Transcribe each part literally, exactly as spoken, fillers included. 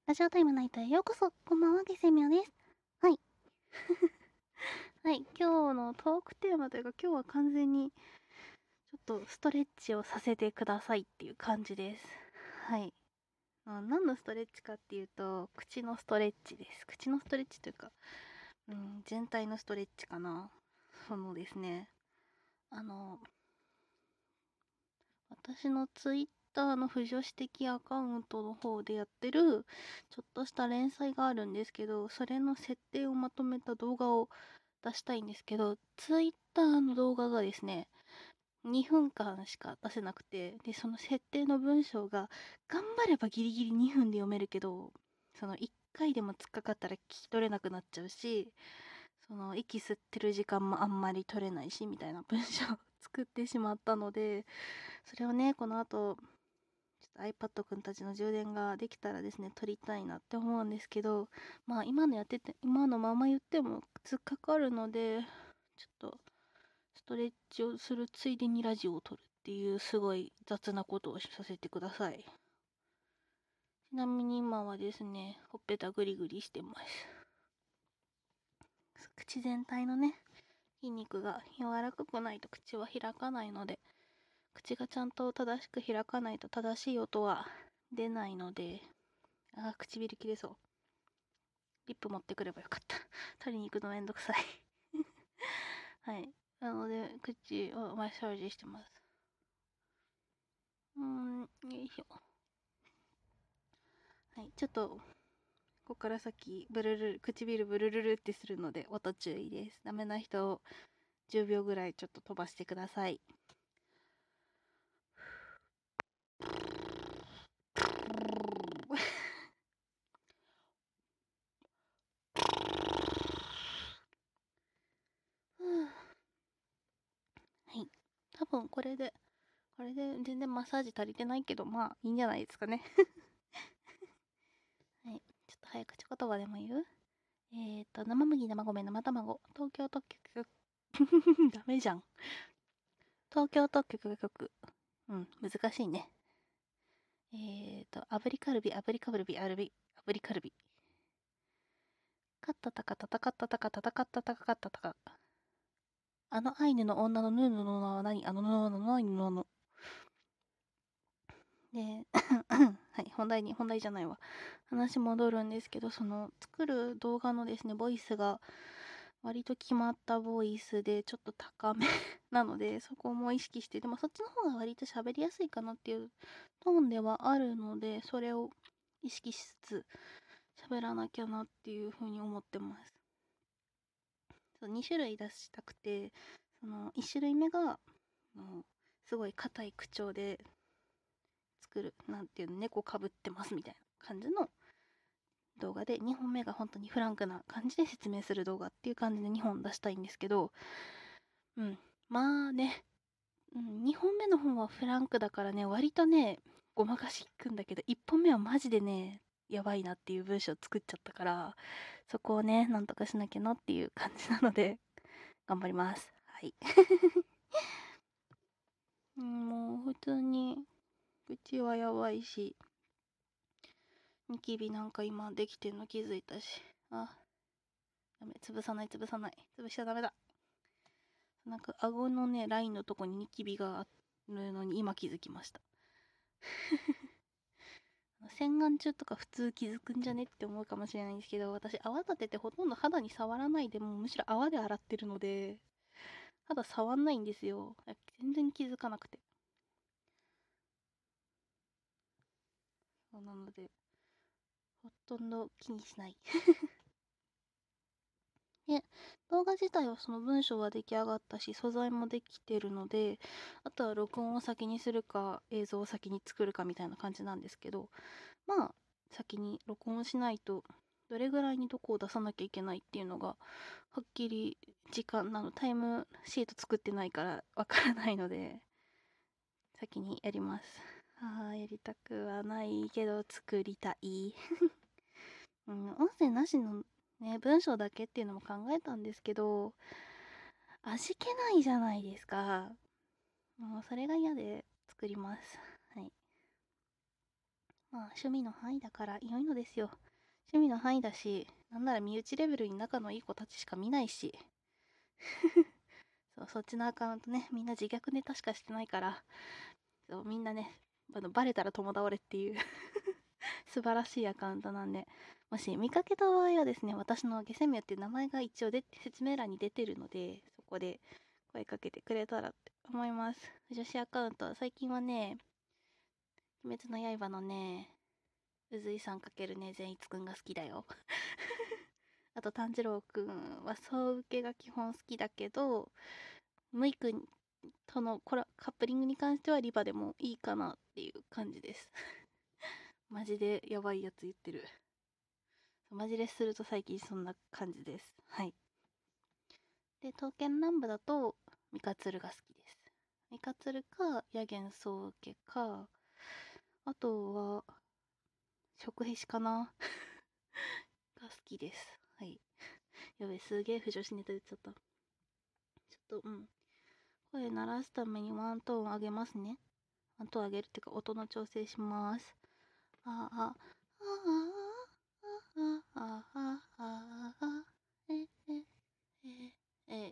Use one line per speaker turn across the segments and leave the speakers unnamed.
ラジオタイムナイトへようこそ。こんばんは、ゲセミヤです。はい。はい、今日のトークテーマというか、今日は完全にちょっとストレッチをさせてくださいっていう感じです。はい。あ、何のストレッチかっていうと、口のストレッチです。口のストレッチというか、うん、全体のストレッチかな。そのですね、あの、私のツイッターの不女子的アカウントの方でやってるちょっとした連載があるんですけど、それの設定をまとめた動画を出したいんですけど、ツイッターの動画がですね、にふんかんしか出せなくて、で、その設定の文章が頑張ればギリギリにふんで読めるけど、そのいっかいでも突っかかったら聞き取れなくなっちゃうし、その息吸ってる時間もあんまり取れないしみたいな文章を作ってしまったので、それをね、この後、ちょっと iPad くんたちの充電ができたらですね、撮りたいなって思うんですけど、まあ今のやってて、今のまま言っても突っかかるので、ちょっとストレッチをするついでにラジオを撮るっていうすごい雑なことをさせてください。ちなみに今はですね、ほっぺたグリグリしてます。口全体のね、筋肉が柔らかくないと口は開かないので、口がちゃんと正しく開かないと正しい音は出ないので、あー、唇切れそう。リップ持ってくればよかった。取りに行くのめんどくさい。はい。なので、口をマッサージしてます。うーん、よいしょ。はい。ちょっと、ここから先、ブルルル、唇ブルルルってするので、音注意です。ダメな人をじゅうびょうぐらいちょっと飛ばしてください。はい。多分これで、これで全然マッサージ足りてないけど、まあいいんじゃないですかね。はい。ちょっと早口言葉でも言うえーと、生麦、生米、生卵、東京特許許可ダメじゃん。東京特許許可局。うん、難しいね。えーと、炙りカルビ、炙りカルビ、炙り、炙りカルビ。カッタタカタタカッタタカタタカッタタカカッタタカ。あのアイヌの女のヌーののは何あのヌーののののの。で、はい、本題に、本題じゃないわ。話戻るんですけど、その作る動画のですね、ボイスが割と決まったボイスでちょっと高めなので、そこも意識して、でもそっちの方が割と喋りやすいかなっていうトーンではあるので、それを意識しつつ喋らなきゃなっていうふうに思ってます。そうに種類出したくて、そのいち種類目がもうすごい硬い口調で作る、なんていうの、猫かぶってますみたいな感じの動画で、にほんめが本当にフランクな感じで説明する動画っていう感じでにほん出したいんですけど、うん、まあね、うん、にほんめの方はフランクだからね、割とね、ごまかしきくんだけど、いっぽんめはマジでね、やばいなっていう文章作っちゃったから、そこをね、なんとかしなきゃなっていう感じなので、頑張ります。はい。うん、もう普通に、口はやばいし、ニキビなんか今できてんの気づいたし、あ、ダメ、潰さない、潰さない。潰しちゃダメだ。なんか、顎のね、ラインのとこにニキビがあるのに今気づきました。洗顔中とか普通気づくんじゃねって思うかもしれないんですけど、私、泡立ててほとんど肌に触らないでもうむしろ泡で洗ってるので、肌触んないんですよ。全然気づかなくて。そうなので、ほとんど気にしない。で、動画自体はその文章は出来上がったし、素材もできてるので、あとは録音を先にするか、映像を先に作るかみたいな感じなんですけど、まあ、先に録音しないと、どれぐらいにどこを出さなきゃいけないっていうのが、はっきり時間なの、タイムシート作ってないからわからないので、先にやります。ああ、やりたくはないけど作りたい。うん、音声なしのね、文章だけっていうのも考えたんですけど、味気ないじゃないですか。もうそれが嫌で作ります。はい。 まあ趣味の範囲だから良いのですよ。趣味の範囲だし、なんなら身内レベルに仲のいい子たちしか見ないし。そう、そっちのアカウントね、みんな自虐ネタしかしてないから、そうみんなね、あのバレたら友倒れっていう素晴らしいアカウントなんで、もし見かけた場合はですね、私のゲセミュっていう名前が一応で説明欄に出てるので、そこで声かけてくれたらって思います。女子アカウント、最近はね、鬼滅の刃のね、うずいさんかけるね、善逸くんが好きだよ。あと炭治郎くんは総受けが基本好きだけど、ムイくんとのコラカップリングに関してはリバでもいいかなっていう感じです。マジでやばいやつ言ってる。マジレスすると最近そんな感じです。はい。で、刀剣乱舞だとミカツルが好きです。ミカツルか、ヤゲン総受けか、あとは、食へしかなが好きです。はい。やべ、すげえ不女子ネタ言っちゃった。ちょっと、うん。声鳴らすためにワントーン上げますね。ワントーン上げるっていうか、音の調整します。ああ、ああ、ああ、ああ、ああ、え、え、え、え、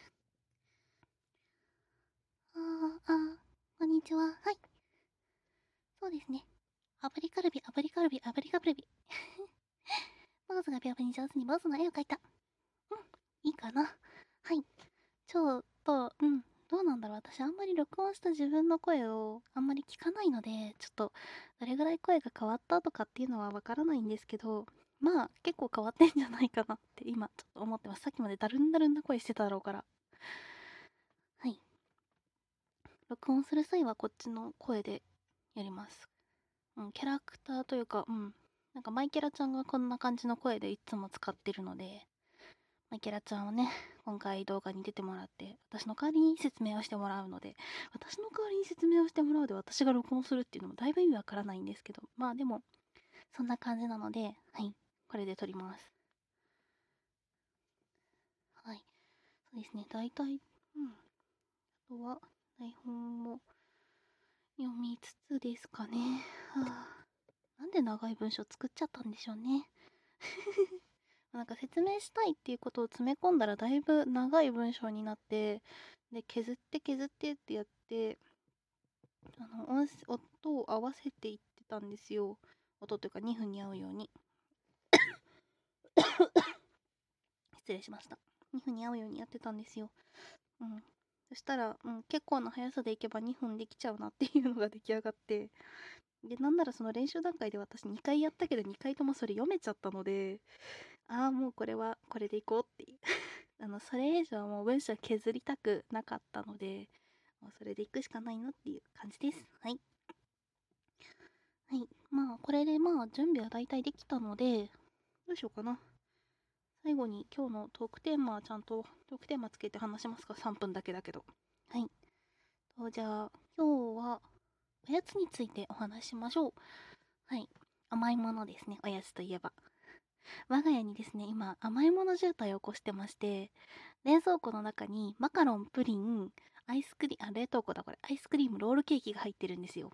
ああ、あ、こんにちは。はい。そうですね。炙りカルビ、炙りカルビ、炙りカルビ。坊主が屏風に上手に坊主の絵を描いた。うん、いいかな。はい。ちょっと、うん、どうなんだろう。私、あんまり録音した自分の声をあんまり聞かないので、ちょっと、どれぐらい声が変わったとかっていうのはわからないんですけど、まあ、結構変わってんじゃないかなって今、ちょっと思ってます。さっきまでだるんだるんな声してただろうから。はい。録音する際はこっちの声でやります。うん、キャラクターというか、うん。なんかマイケラちゃんがこんな感じの声でいつも使ってるので、マイケラちゃんをね、今回動画に出てもらって、私の代わりに説明をしてもらうので、私の代わりに説明をしてもらうで私が録音するっていうのもだいぶ意味わからないんですけど、まあでも、そんな感じなので、はい、これで撮ります。はい、そうですね、大体、うん、あとは台本も読みつつですかね。はあ、なんで長い文章作っちゃったんでしょうね。なんか説明したいっていうことを詰め込んだらだいぶ長い文章になって、で、削って削ってってやって、あの音音を合わせていってたんですよ。音というかにふんに合うように。失礼しました。にふんに合うようにやってたんですよ。うん。そしたら、うん、結構な速さでいけばにふんできちゃうなっていうのが出来上がって、で、なんならその練習段階で私にかいやったけどにかいともそれ読めちゃったので、ああ、もうこれはこれでいこうっていう。あの、それ以上もう文章削りたくなかったので、もうそれでいくしかないのっていう感じです。はい。はい。まあ、これでまあ、準備は大体できたので、どうしようかな。最後に今日のトークテーマ、ちゃんとトークテーマつけて話しますか？ さん 分だけだけど。はい。と、じゃあ、今日は、おやつについてお話ししましょう。はい。甘いものですね。おやつといえば。我が家にですね、今、甘いもの渋滞を起こしてまして、冷蔵庫の中にマカロン、プリン、アイスクリーム、あ、冷凍庫だこれ。アイスクリーム、ロールケーキが入ってるんですよ。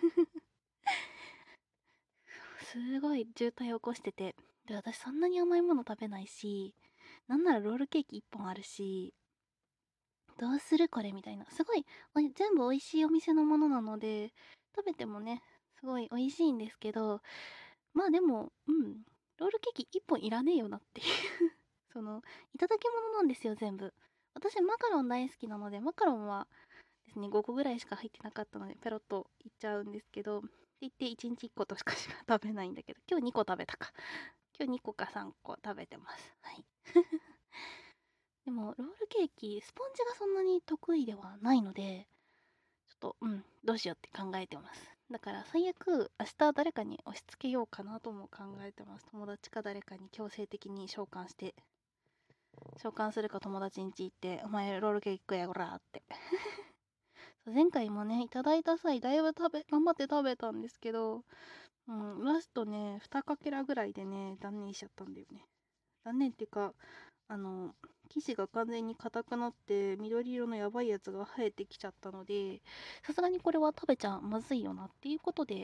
すごい渋滞を起こしてて。で、私そんなに甘いもの食べないし、なんならロールケーキいっぽんあるし、どうするこれみたいな。すごい、おい全部美味しいお店のものなので、食べてもね、すごい美味しいんですけど、まあでも、うん、ロールケーキいっぽんいらねえよなっていうその、いただき物なんですよ、全部。私、マカロン大好きなので、マカロンはですね、ごこぐらいしか入ってなかったので、ペロッといっちゃうんですけど、って言っていちにちいっことしかしか食べないんだけど、今日にこ食べたか。今日にこかさんこ食べてます。はい。でも、ロールケーキ、スポンジがそんなに得意ではないので、ちょっと、うん、どうしようって考えてます。だから、最悪、明日誰かに押し付けようかなとも考えてます。友達か誰かに強制的に召喚して、召喚するか友達ん家行って、お前ロールケーキ食えよ、こらーって。前回もね、いただいた際、だいぶ食べ、頑張って食べたんですけど、うん、ラストね、にかけらぐらいでね、断念しちゃったんだよね。断念っていうか、あの、生地が完全に硬くなって、緑色のやばいやつが生えてきちゃったので、さすがにこれは食べちゃまずいよなっていうことで、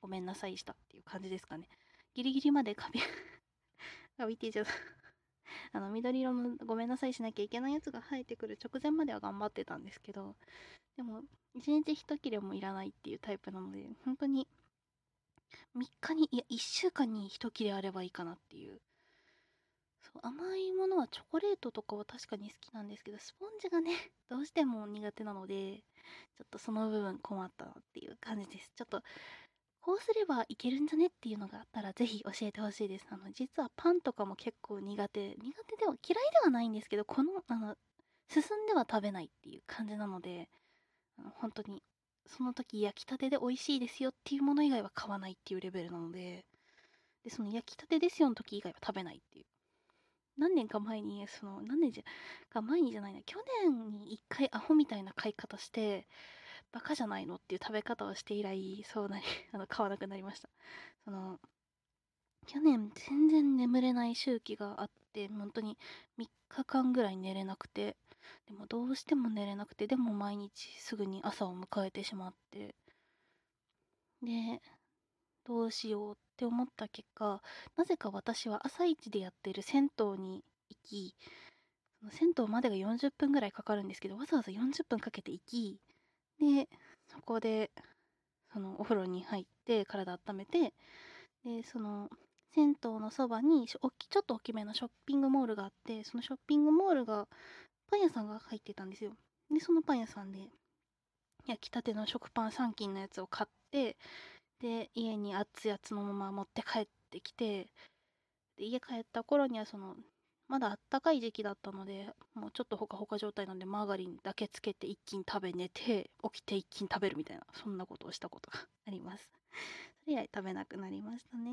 ごめんなさいしたっていう感じですかね。ギリギリまでカビカビって言っちゃったあの緑色のごめんなさいしなきゃいけないやつが生えてくる直前までは頑張ってたんですけど、でもいちにちいち切れもいらないっていうタイプなので、本当にみっかに、いやいっしゅうかんにいち切れあればいいかなっていう。そう、甘いものはチョコレートとかは確かに好きなんですけど、スポンジがね、どうしても苦手なので、ちょっとその部分困ったなっていう感じです。ちょっと、こうすればいけるんじゃねっていうのがあったら、ぜひ教えてほしいです。あの、実はパンとかも結構苦手、苦手では、嫌いではないんですけど、この、あの、進んでは食べないっていう感じなので、あの、本当に、その時焼きたてで美味しいですよっていうもの以外は買わないっていうレベルなので、で、その焼きたてですよの時以外は食べないっていう。何年か前に、その、何年じゃ、か前にじゃないな、去年に一回アホみたいな買い方して、バカじゃないのっていう食べ方をして以来、そうなり、あの、買わなくなりました。その、去年全然眠れない周期があって、本当にみっかかんぐらい寝れなくて、でもどうしても寝れなくて、でも毎日すぐに朝を迎えてしまって、で、どうしようって思った結果、なぜか私は朝一でやってる銭湯に行き、その銭湯までがよんじゅっぷんぐらいかかるんですけど、わざわざよんじゅっぷんかけて行き、で、そこで、そのお風呂に入って体温めて、で、その銭湯のそばにしょおっきちょっと大きめのショッピングモールがあって、そのショッピングモールがパン屋さんが入ってたんですよ。で、そのパン屋さんで焼きたての食パンさんきんのやつを買って、で、家に熱いやつのまま持って帰ってきて、で、家帰った頃にはその、まだあったかい時期だったので、もうちょっとほかほか状態なんで、マーガリンだけつけて一気に食べ寝て、起きて一気に食べるみたいな、そんなことをしたことがあります。それ以来食べなくなりましたね。